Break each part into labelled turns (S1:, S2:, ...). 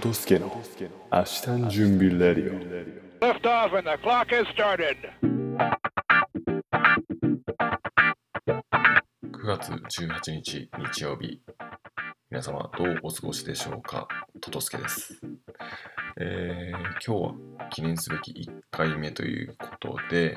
S1: トスケの明日の準備レディオ。
S2: Lift off and the clock has started.
S3: 9月18日日曜日、皆様どうお過ごしでしょうか。トトスケです。今日は記念すべき1回目ということで、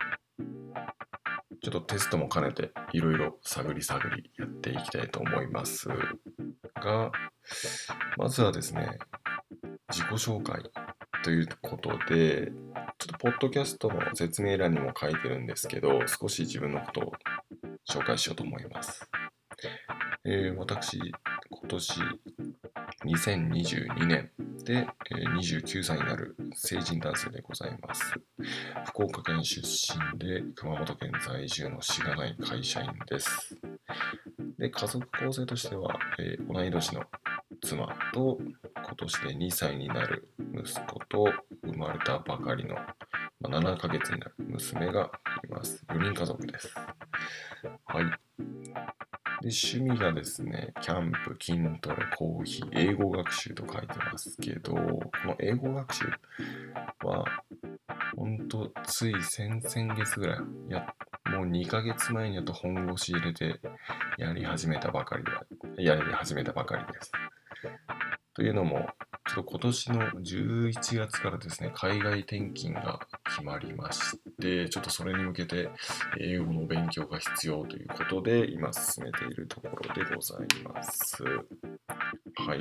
S3: ちょっとテストも兼ねていろいろ探りやっていきたいと思いますが、まずはですね、自己紹介ということで、ちょっとポッドキャストの説明欄にも書いてるんですけど、少し自分のことを紹介しようと思います。私、今年2022年で29歳になる成人男性でございます。福岡県出身で熊本県在住のしがない会社員です。で、家族構成としては、同い年の妻と今年で2歳になる息子と生まれたばかりの7ヶ月になる娘がいます。4人家族です。はい。で、趣味がですね、キャンプ、筋トレ、コーヒー、英語学習と書いてますけど、この英語学習は、ほんとつい先々月ぐらい、もう2ヶ月前にやっと本腰入れてやり始めたばかりです。というのも、ちょっと今年の11月からですね、海外転勤が決まりまして、ちょっとそれに向けて英語の勉強が必要ということで、今進めているところでございます。はい。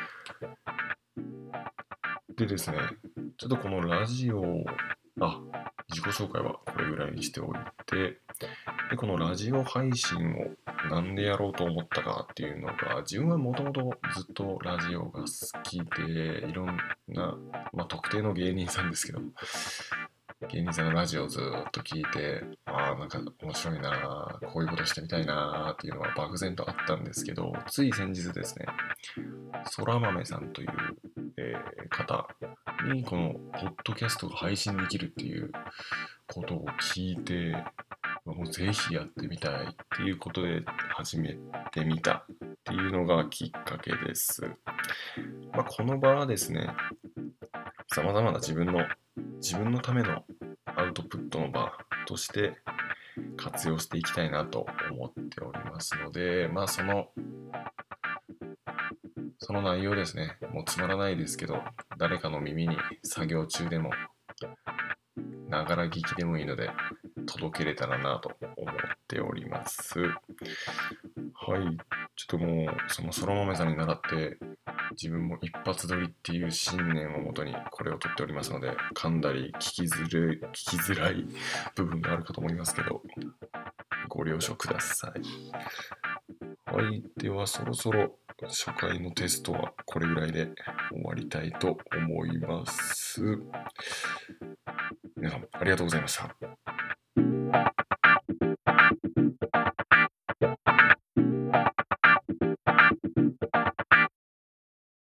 S3: でですね、ちょっとこのラジオ自己紹介はこれぐらいにしておいて、で、このラジオ配信をなんでやろうと思ったかっていうのが、自分はもともとずっとラジオが好きで、いろんな、特定の芸人さんですけど、芸人さんのラジオをずっと聞いて、なんか面白いな、こういうことしてみたいなっていうのは漠然とあったんですけど、つい先日ですね、そらまめさんという、方にこのポッドキャストが配信できるっていうことを聞いて、もうぜひやってみたいっていうことで始めてみたっていうのがきっかけです。この場はですね、様々な自分のためのアウトプットの場として活用していきたいなと思っておりますので、その内容ですね、もうつまらないですけど、誰かの耳に作業中でもながら聞きでもいいので届けれたらなと思っております。はい。ちょっともうそのそらまめさんに習って自分も一発撮りっていう信念をもとにこれを撮っておりますので、噛んだり聞きづらい部分があるかと思いますけど、ご了承ください。はい。ではそろそろ初回のテストはこれぐらいで終わりたいと思います。皆さんありがとうございました。